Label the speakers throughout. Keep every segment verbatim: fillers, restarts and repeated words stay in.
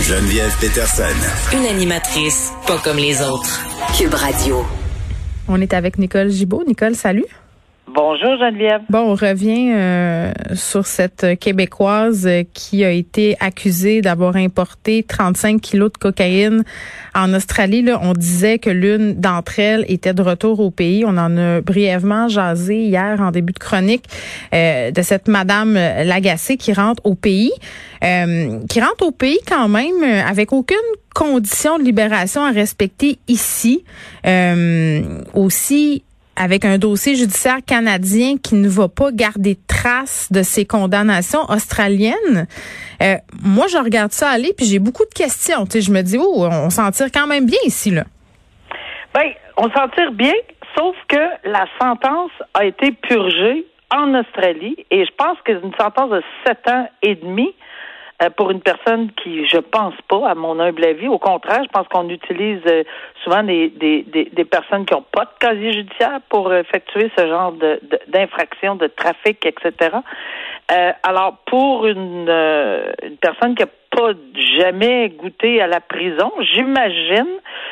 Speaker 1: Geneviève Peterson.
Speaker 2: Une animatrice pas comme les autres. Cube Radio.
Speaker 3: On est avec Nicole Gibault. Nicole, salut.
Speaker 4: Bonjour Geneviève.
Speaker 3: Bon, on revient euh, sur cette Québécoise qui a été accusée d'avoir importé trente-cinq kilos de cocaïne en Australie. Là, on disait que l'une d'entre elles était de retour au pays. On en a brièvement jasé hier en début de chronique euh, de cette Madame Lagacé qui rentre au pays. Euh, qui rentre au pays quand même avec aucune condition de libération à respecter ici. Euh, aussi... avec un dossier judiciaire canadien qui ne va pas garder trace de ses condamnations australiennes. Euh, moi, je regarde ça aller, puis j'ai beaucoup de questions. Tu sais, je me dis, oh, on s'en tire quand même bien ici, là.
Speaker 4: Ben, on s'en tire bien, sauf que la sentence a été purgée en Australie, et je pense que c'est une sentence de sept ans et demi euh, pour une personne qui, je pense pas, à mon humble avis. Au contraire, je pense qu'on utilise euh, souvent des, des, des, des personnes qui n'ont pas de casier judiciaire pour effectuer ce genre de, de, d'infraction, de trafic, et cetera. Euh, alors, pour une, euh, une personne qui n'a pas jamais goûté à la prison, j'imagine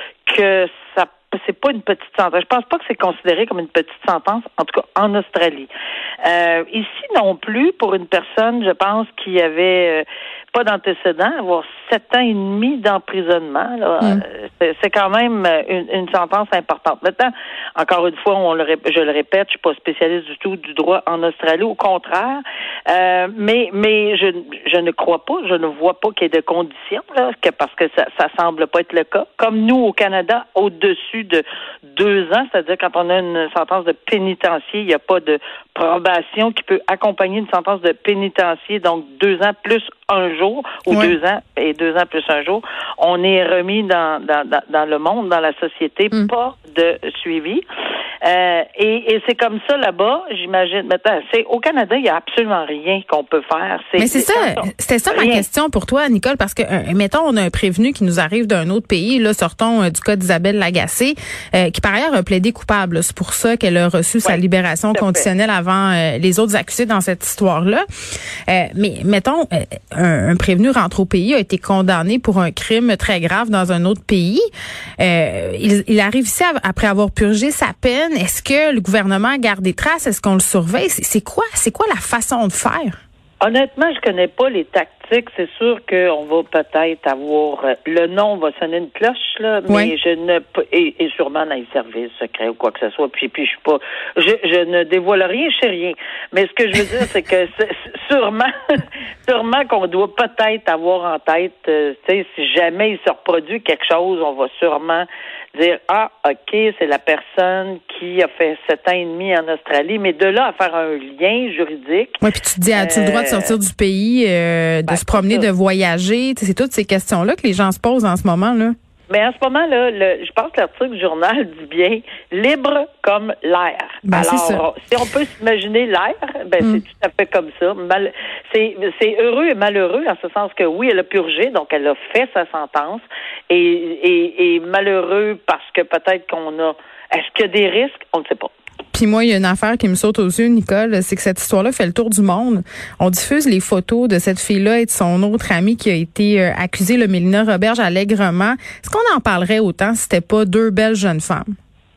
Speaker 4: que ça c'est pas une petite sentence. Je pense pas que c'est considéré comme une petite sentence, en tout cas en Australie. Euh, ici non plus, pour une personne, je pense, qui avait euh, pas d'antécédent, avoir sept ans et demi d'emprisonnement, là, mm. euh, c'est, c'est quand même une, une sentence importante. Maintenant, encore une fois, on le, je le répète, je suis pas spécialiste du tout du droit en Australie, au contraire, euh, mais mais je, je ne crois pas, je ne vois pas qu'il y ait de conditions, là, que, parce que ça, ça semble pas être le cas. Comme nous, au Canada, au-dessus de deux ans, c'est-à-dire quand on a une sentence de pénitencier, il n'y a pas de probation qui peut accompagner une sentence de pénitencier, donc deux ans plus un jour, ou oui. deux ans et deux ans plus un jour. On est remis dans, dans, dans, dans le monde, dans la société, mm. pas de suivi. Euh, et, et c'est comme ça là-bas, j'imagine. Maintenant, c'est au Canada, il n'y a absolument rien qu'on peut faire. C'est,
Speaker 3: Mais c'est, c'est ça, c'était ça rien. Ma question pour toi, Nicole, parce que euh, mettons, on a un prévenu qui nous arrive d'un autre pays. Là, sortons euh, du cas d'Isabelle Lagacé, euh, qui par ailleurs a plaidé coupable. C'est pour ça qu'elle a reçu ouais, sa libération conditionnelle avant euh, les autres accusés dans cette histoire-là. Euh, mais mettons, euh, un, un prévenu rentre au pays, a été condamné pour un crime très grave dans un autre pays. Euh, il, il arrive ici après avoir purgé sa peine. Est-ce que le gouvernement garde des traces? Est-ce qu'on le surveille? C'est, c'est quoi? C'est quoi la façon de faire?
Speaker 4: Honnêtement, je connais pas les tactiques. C'est sûr qu'on va peut-être avoir le nom va sonner une cloche là, mais oui. je ne et, et sûrement dans les services secrets ou quoi que ce soit. Puis puis je suis pas, je, je ne dévoile rien, je sais rien. Mais ce que je veux dire, c'est que c'est, sûrement, sûrement qu'on doit peut-être avoir en tête, euh, tu sais, si jamais il se reproduit quelque chose, on va sûrement dire ah ok, c'est la personne qui a fait sept ans et demi en Australie, mais de là à faire un lien juridique.
Speaker 3: Oui, puis tu te dis, as-tu euh, le droit de sortir du pays, euh, de ben, se promener, de voyager? C'est toutes ces questions-là que les gens se posent en ce moment, là.
Speaker 4: Mais en ce moment-là, le, je pense que l'article du journal dit bien libre comme l'air.
Speaker 3: Ben,
Speaker 4: alors, si on peut s'imaginer l'air, ben mm. c'est tout à fait comme ça. Mal, c'est, c'est heureux et malheureux en ce sens que oui, elle a purgé, donc elle a fait sa sentence, et, et, et malheureux parce que peut-être qu'on a. Est-ce qu'il y a des risques? On ne sait pas.
Speaker 3: Puis moi, il y a une affaire qui me saute aux yeux, Nicole, c'est que cette histoire-là fait le tour du monde. On diffuse les photos de cette fille-là et de son autre amie qui a été euh, accusée, le Mélina Roberge, allègrement. Est-ce qu'on en parlerait autant si c'était pas deux belles jeunes femmes?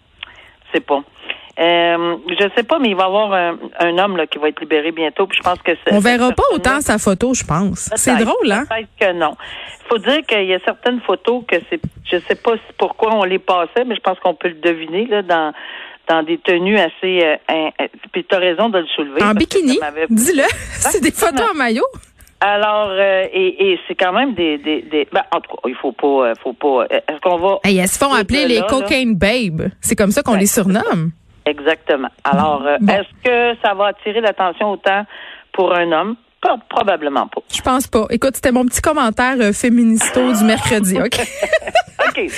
Speaker 4: C'est pas. Euh, je sais pas, mais il va y avoir un, un homme là qui va être libéré bientôt. Puis je pense que c'est.
Speaker 3: On verra pas autant sa photo, je pense. Peut-être, c'est drôle, hein?
Speaker 4: Peut-être que non. Il faut dire qu'il y a certaines photos que c'est. Je sais pas pourquoi on les passait, mais je pense qu'on peut le deviner là dans. dans des tenues assez... Euh, hein, puis tu as raison de le soulever.
Speaker 3: En bikini, dis-le. C'est des photos en maillot.
Speaker 4: Alors, euh, et, et c'est quand même des... des, des ben, en tout cas, il faut pas... faut pas. Est-ce qu'on va...
Speaker 3: Hey, elles se font appeler les là, cocaine là? Babes. C'est comme ça qu'on ben, les surnomme.
Speaker 4: Exactement. Alors, euh, bon. Est-ce que ça va attirer l'attention autant pour un homme? Pas, probablement pas.
Speaker 3: Je pense pas. Écoute, c'était mon petit commentaire euh, féministo du mercredi, OK?
Speaker 4: OK.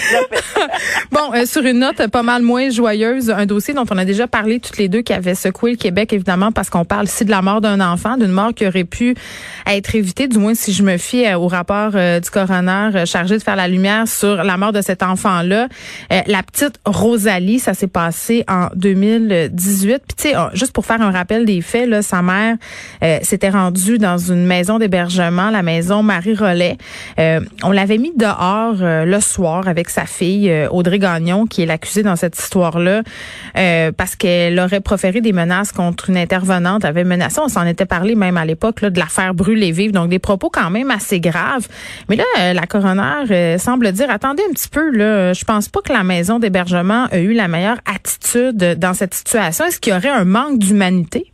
Speaker 3: Bon, euh, sur une note pas mal moins joyeuse, un dossier dont on a déjà parlé toutes les deux qui avait secoué le Québec, évidemment, parce qu'on parle ici de la mort d'un enfant, d'une mort qui aurait pu être évitée, du moins si je me fie euh, au rapport euh, du coroner euh, chargé de faire la lumière sur la mort de cet enfant-là. Euh, la petite Rosalie, ça s'est passé en deux mille dix-huit. Puis tu sais, oh, juste pour faire un rappel des faits, là, sa mère euh, s'était rendue dans une maison d'hébergement, la maison Marie-Rollet. Euh, on l'avait mis dehors euh, le soir avec sa fille, euh, Audrey Gagnon, qui est l'accusée dans cette histoire-là, euh, parce qu'elle aurait proféré des menaces contre une intervenante, avait menacé, on s'en était parlé même à l'époque, là, de la faire brûler vive, donc des propos quand même assez graves. Mais là, euh, la coroner euh, semble dire, attendez un petit peu, là, je pense pas que la maison d'hébergement a eu la meilleure attitude dans cette situation. Est-ce qu'il y aurait un manque d'humanité?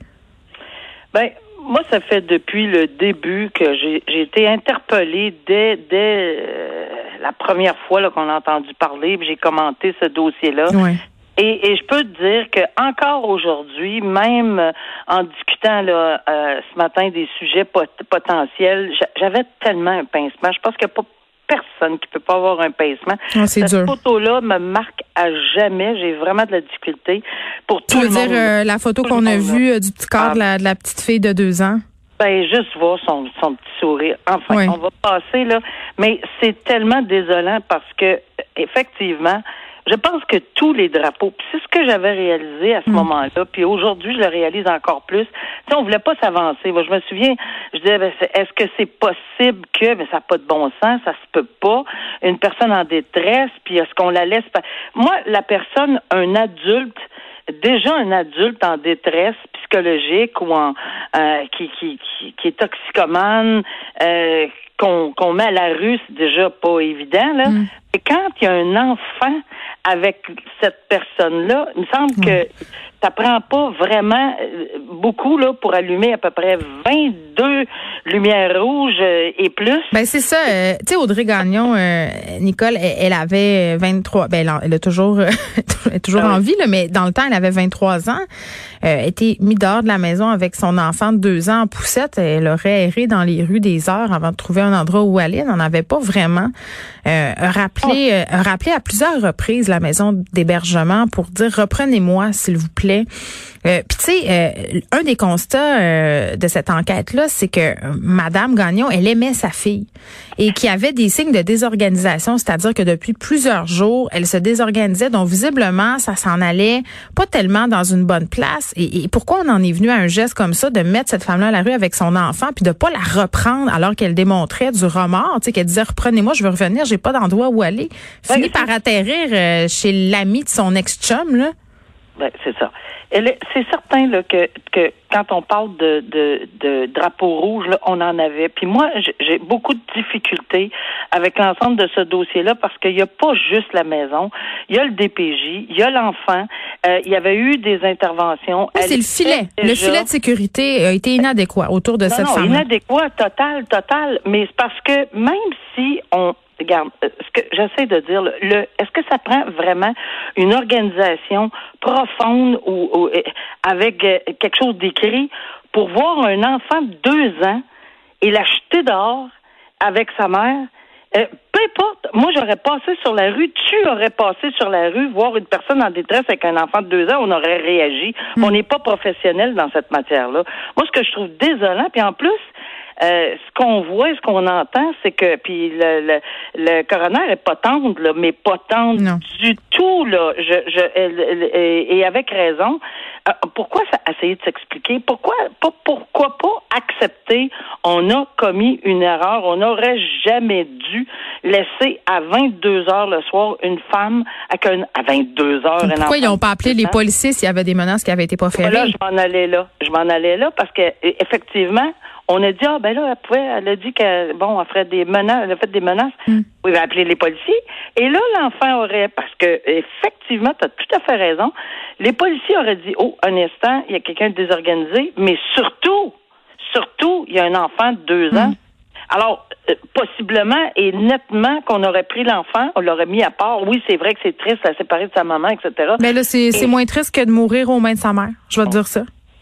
Speaker 4: Ben, moi, ça fait depuis le début que j'ai, j'ai été interpellée dès, dès euh, la première fois là, qu'on a entendu parler, puis j'ai commenté ce dossier-là.
Speaker 3: Ouais.
Speaker 4: Et, et je peux te dire que encore aujourd'hui, même euh, en discutant là euh, ce matin des sujets pot- potentiels, j'avais tellement un pincement. Je pense qu'il n'y a pas personne qui peut pas avoir un pincement.
Speaker 3: Oh, c'est
Speaker 4: Cette
Speaker 3: dur.
Speaker 4: photo-là me marque à jamais. J'ai vraiment de la difficulté pour
Speaker 3: Tu
Speaker 4: tout
Speaker 3: veux
Speaker 4: le
Speaker 3: dire
Speaker 4: monde.
Speaker 3: euh, la photo
Speaker 4: Tout
Speaker 3: qu'on
Speaker 4: le
Speaker 3: a
Speaker 4: monde,
Speaker 3: vue euh, du petit corps
Speaker 4: Ah.
Speaker 3: de, la, de la petite fille de deux ans?
Speaker 4: Ben, juste voir son, son petit sourire. Enfin,
Speaker 3: Oui.
Speaker 4: on va passer, là. Mais c'est tellement désolant parce que, effectivement, je pense que tous les drapeaux, puis c'est ce que j'avais réalisé à ce
Speaker 3: Mm.
Speaker 4: moment-là, puis aujourd'hui, je le réalise encore plus. Tu sais, on voulait pas s'avancer. Moi, je me souviens, je disais, ben, c'est, est-ce que c'est possible que, mais ça n'a pas de bon sens, ça se peut pas, une personne en détresse, puis est-ce qu'on la laisse pas? Moi, la personne, un adulte, déjà un adulte en détresse psychologique ou en euh, qui, qui, qui, qui est toxicomane, euh, qu'on, qu'on met à la rue, c'est déjà pas évident, là.
Speaker 3: Mm.
Speaker 4: Et quand il y a un enfant avec cette personne-là, il me semble
Speaker 3: Mm.
Speaker 4: que ça prend pas vraiment euh, beaucoup là pour allumer à peu près vingt-deux lumières rouges euh, et plus.
Speaker 3: Ben c'est ça. Euh, tu sais, Audrey Gagnon, euh, Nicole, elle, elle avait vingt-trois. Ben elle, a- elle a toujours, euh, elle est toujours
Speaker 4: Ah oui.
Speaker 3: en vie là, mais dans le temps, elle avait vingt-trois ans. Euh, elle était mise dehors de la maison avec son enfant de deux ans en poussette. Elle aurait erré dans les rues des heures avant de trouver un endroit où aller. Elle n'en avait pas vraiment euh, rappelé, euh, rappelé à plusieurs reprises la maison d'hébergement pour dire reprenez-moi s'il vous plaît. Euh, Puis tu sais, euh, un des constats euh, de cette enquête-là, c'est que euh, Madame Gagnon, elle aimait sa fille et qu'il y avait des signes de désorganisation, c'est-à-dire que depuis plusieurs jours, elle se désorganisait. Donc visiblement, ça s'en allait pas tellement dans une bonne place. Et, et pourquoi on en est venu à un geste comme ça, de mettre cette femme-là à la rue avec son enfant, puis de pas la reprendre alors qu'elle démontrait du remords, tu sais, qu'elle disait reprenez-moi, je veux revenir, j'ai pas d'endroit où aller. Finit
Speaker 4: Ouais,
Speaker 3: par atterrir euh, chez l'ami de son ex-chum, là.
Speaker 4: Ben, c'est ça. Elle est- c'est certain là, que, que quand on parle de, de, de drapeau rouge, là, on en avait. Puis moi, j'ai- j'ai beaucoup de difficultés avec l'ensemble de ce dossier-là parce qu'il n'y a pas juste la maison. Il y a le D P J, il y a l'enfant. Euh, il y avait eu des interventions.
Speaker 3: Oui,
Speaker 4: Elle
Speaker 3: c'est le filet.
Speaker 4: était
Speaker 3: Le
Speaker 4: déjà-
Speaker 3: filet de sécurité a été inadéquat autour de
Speaker 4: non,
Speaker 3: cette
Speaker 4: non,
Speaker 3: femme.
Speaker 4: inadéquat, total, total. Mais c'est parce que même si on regarde, euh, ce que j'essaie de dire, le, le- est-ce que ça prend vraiment une organisation profonde ou, ou euh, avec euh, quelque chose d'écrit pour voir un enfant de deux ans et la jeter dehors avec sa mère? Euh, peu importe, moi j'aurais passé sur la rue, tu aurais passé sur la rue, voir une personne en détresse avec un enfant de deux ans, on aurait réagi.
Speaker 3: Mm.
Speaker 4: On n'est pas professionnel dans cette matière-là. Moi, ce que je trouve désolant, puis en plus, euh, ce qu'on voit, ce qu'on entend, c'est que, puis le, le, le coroner est pas tendre, là, mais pas tendre
Speaker 3: Non.
Speaker 4: du tout, là. Je, je, elle- elle- et et avec raison. Euh, pourquoi ça, essayer de s'expliquer? Pourquoi, pas, pourquoi pas accepter? On a commis une erreur. On n'aurait jamais dû laisser à vingt-deux heures le soir une femme avec un, à vingt-deux heures. un
Speaker 3: Pourquoi ils
Speaker 4: enfant
Speaker 3: n'ont pas
Speaker 4: de
Speaker 3: appelé
Speaker 4: deux
Speaker 3: les
Speaker 4: ans?
Speaker 3: policiers s'il y avait des menaces qui avaient été pas
Speaker 4: Là,
Speaker 3: ferrées?
Speaker 4: je m'en allais là. Je m'en allais là parce que e- effectivement, on a dit ah ben là, elle pouvait, elle a dit que bon, elle ferait des menaces, elle a fait des menaces.
Speaker 3: Mm.
Speaker 4: Oui, va appeler les policiers. Et là, l'enfant aurait, parce que effectivement, tu as tout à fait raison. Les policiers auraient dit oh, un instant, il y a quelqu'un de désorganisé, mais surtout, surtout, il y a un enfant de deux
Speaker 3: Mm.
Speaker 4: ans. Alors, euh, possiblement et nettement qu'on aurait pris l'enfant, on l'aurait mis à part. Oui, c'est vrai que c'est triste, la séparer de sa maman, et cetera.
Speaker 3: Mais là, c'est, c'est
Speaker 4: Et-
Speaker 3: moins triste que de mourir aux mains de sa mère. Je vais te dire ça.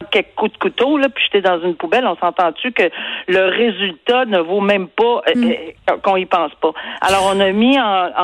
Speaker 4: quelques coups de couteau, là, puis jeté dans une poubelle, on s'entend-tu que le résultat ne vaut même pas euh, mm. euh, qu'on y pense pas. Alors, on a mis en,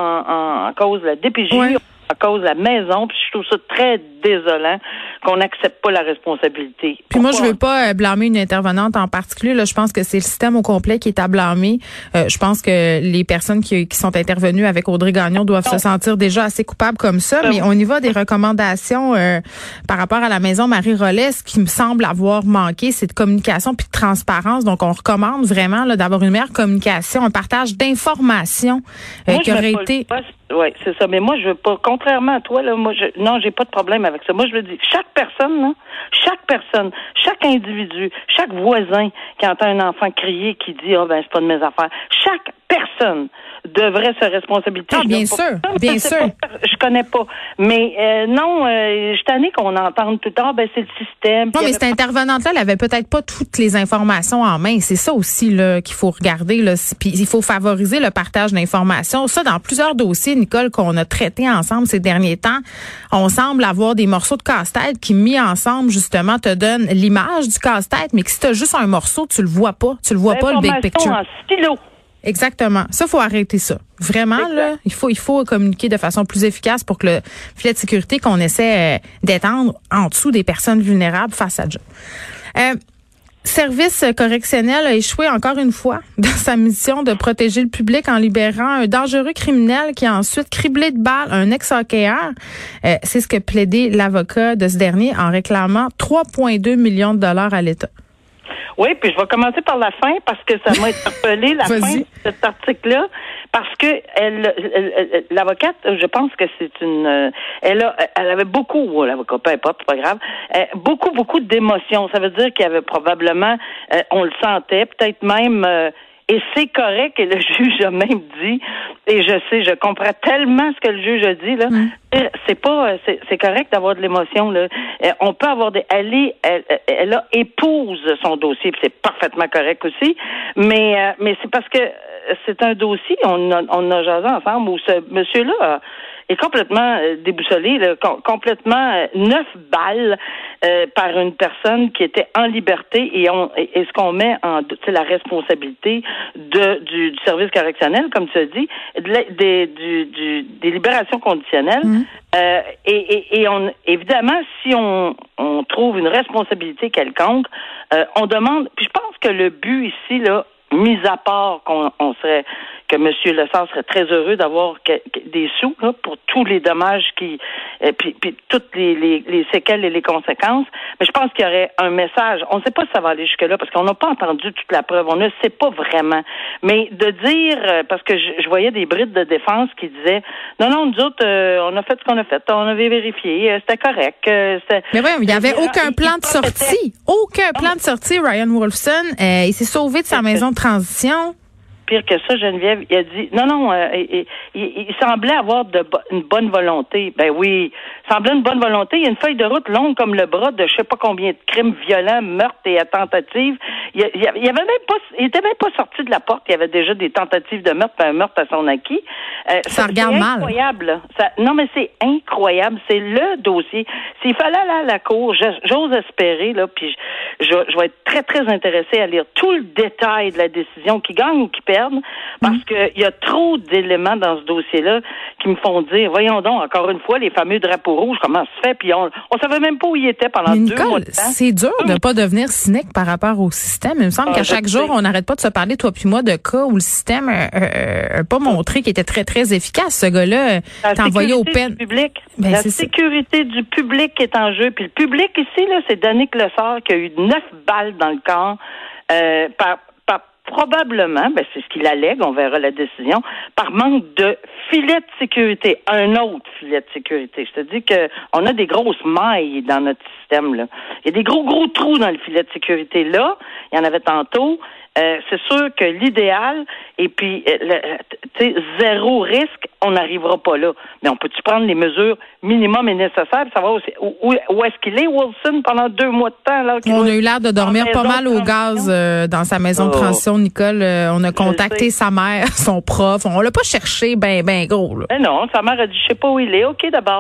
Speaker 4: en, en cause la D P J, ouais. en cause la maison, puis je trouve ça très désolant qu'on n'accepte pas la responsabilité.
Speaker 3: Puis Pourquoi? Moi, je veux pas euh, blâmer une intervenante en particulier. Là, je pense que c'est le système au complet qui est à blâmer. Euh, je pense que les personnes qui, qui sont intervenues avec Audrey Gagnon doivent non. se sentir déjà assez coupables comme ça. Euh, mais on y va des recommandations euh, par rapport à la maison Marie-Rollet. Ce qui me semble avoir manqué, c'est de communication puis de transparence. Donc, on recommande vraiment là, d'avoir une meilleure communication, un partage d'informations euh, qui aurait été...
Speaker 4: Oui, c'est ça. Mais moi, je veux pas, contrairement à toi, là, moi, je, non, j'ai pas de problème avec ça. Moi, je le dis, chaque personne, là, chaque personne, chaque individu, chaque voisin qui entend un enfant crier, qui dit, ah, oh, ben, c'est pas de mes affaires. Chaque personne devrait se responsabiliser.
Speaker 3: Ah, bien sûr,
Speaker 4: personne,
Speaker 3: bien sûr.
Speaker 4: Pas, je connais pas. Mais, euh, non, euh, je suis tannée qu'on entende tout le temps, ben, c'est le système.
Speaker 3: Non, mais cette intervenante-là, elle avait peut-être pas toutes les informations en main. C'est ça aussi, là, qu'il faut regarder, là. Puis, il faut favoriser le partage d'informations. Ça, dans plusieurs dossiers, Nicole, qu'on a traités ensemble ces derniers temps, on semble avoir des morceaux de casse-tête qui, mis ensemble, justement, te donnent l'image du casse-tête, mais que si tu as juste un morceau, tu le vois pas. Tu le vois pas, le big picture.
Speaker 4: En stylo.
Speaker 3: Exactement. Ça, faut arrêter ça. Vraiment, exact. là, il faut, il faut communiquer de façon plus efficace pour que le filet de sécurité qu'on essaie euh, d'étendre en dessous des personnes vulnérables fasse sa job. Euh, Service correctionnel a échoué encore une fois dans sa mission de protéger le public en libérant un dangereux criminel qui a ensuite criblé de balles un ex-hockeyeur. Euh, c'est ce que plaidait l'avocat de ce dernier en réclamant trois virgule deux millions de dollars à l'État.
Speaker 4: Oui, puis je vais commencer par la fin parce que ça m'a interpellé la fin de cet article-là parce que elle, elle, elle l'avocate, je pense que c'est une, elle a, elle avait beaucoup, ou l'avocat, peu importe, c'est pas grave, euh, beaucoup, beaucoup d'émotions. Ça veut dire qu'il y avait probablement, euh, on le sentait, peut-être même. Euh, Et c'est correct, et le juge a même dit, et je sais, je comprends tellement ce que le juge a dit, là. Mm. C'est pas, c'est, c'est correct d'avoir de l'émotion, là. On peut avoir des, elle est, elle, elle a épouse son dossier, puis c'est parfaitement correct aussi. Mais, mais c'est parce que c'est un dossier, on a, on a jasé ensemble où ce monsieur-là a, est complètement euh, déboussolé, là, com- complètement euh, neuf balles euh, par une personne qui était en liberté et, on, et, et ce qu'on met en, c'est la responsabilité de du, du service correctionnel, comme tu as dit, de, des, du, du, des libérations conditionnelles. Mmh. Euh, et, et, et on, évidemment, si on, on trouve une responsabilité quelconque, euh, on demande. Puis je pense que le but ici, là, mis à part qu'on on serait que M. Lessard serait très heureux d'avoir que, que, des sous là, pour tous les dommages qui et puis, puis toutes les, les, les séquelles et les conséquences. Mais je pense qu'il y aurait un message. On ne sait pas si ça va aller jusque-là parce qu'on n'a pas entendu toute la preuve. On ne sait pas vraiment. Mais de dire, parce que je, je voyais des brides de défense qui disaient non, non, nous autres, euh, on a fait ce qu'on a fait. On avait vérifié. Euh, c'était correct. Euh, c'était,
Speaker 3: Mais oui, il n'y avait aucun plan de sortie. Aucun plan de sortie. Ryan Wolfson, euh, il s'est sauvé de sa maison de transition.
Speaker 4: Pire que ça, Geneviève, il a dit non, non, euh, il, il, il semblait avoir de bo- une bonne volonté. Ben oui, il semblait une bonne volonté. Il y a une feuille de route longue comme le bras de je sais pas combien de crimes violents, meurtres et tentatives. Il, il, il avait même pas, il était même pas sorti de la porte. Il y avait déjà des tentatives de meurtre, un meurtre à son acquis.
Speaker 3: Euh, ça, ça regarde mal.
Speaker 4: Incroyable. Ça, non, mais c'est incroyable. C'est le dossier. S'il fallait aller à la cour, j'ose espérer là, puis je, je, je vais être très très intéressée à lire tout le détail de la décision, qui gagne ou qui perd. Parce mmh. qu'il y a trop d'éléments dans ce dossier-là qui me font dire, voyons donc, encore une fois, les fameux drapeaux rouges, comment ça se fait? Puis on on savait même pas où il était pendant
Speaker 3: Mais
Speaker 4: deux
Speaker 3: Nicole,
Speaker 4: mois de temps.
Speaker 3: C'est dur de ne pas devenir cynique par rapport au système. Il me semble ah, qu'à chaque jour, on n'arrête pas de se parler, toi puis moi, de cas où le système n'a euh, euh, pas montré qu'il était très, très efficace. Ce gars-là, t'as envoyé au peine.
Speaker 4: Ben, la sécurité ça. du public est en jeu. Puis le public ici, là, c'est Danick Lessard qui a eu neuf balles dans le corps euh, par probablement, ben c'est ce qu'il allègue, on verra la décision, par manque de filet de sécurité, un autre filet de sécurité. Je te dis que on a des grosses mailles dans notre système là. Il y a des gros gros trous dans le filet de sécurité là. Il y en avait tantôt. Euh, c'est sûr que l'idéal, et puis, euh, tu sais, zéro risque, on n'arrivera pas là. Mais on peut-tu prendre les mesures minimum et nécessaires, savoir où, où, où est-ce qu'il est, Wilson, pendant deux mois de temps? Là,
Speaker 3: on a eu l'air de dormir pas mal au gaz euh, dans sa maison de transition, Nicole. Euh, on a contacté sa mère, son prof. On l'a pas cherché ben, ben gros. Là.
Speaker 4: Mais non, sa mère a dit, je sais pas où il est. OK, d'abord.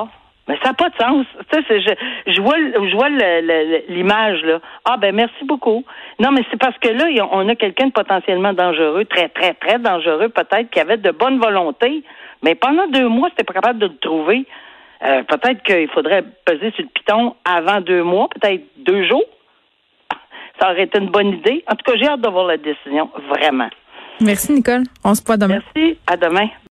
Speaker 4: Mais ça n'a pas de sens. Tu sais, je, je vois, je vois le, le, l'image, là. Ah, ben, merci beaucoup. Non, mais c'est parce que là, on a quelqu'un de potentiellement dangereux, très, très, très dangereux, peut-être, qui avait de bonne volonté, mais pendant deux mois, c'était pas capable de le trouver. Euh, peut-être qu'il faudrait peser sur le piton avant deux mois, peut-être deux jours. Ça aurait été une bonne idée. En tout cas, j'ai hâte de voir la décision, vraiment.
Speaker 3: Merci, Nicole. On se voit demain.
Speaker 4: Merci. À demain.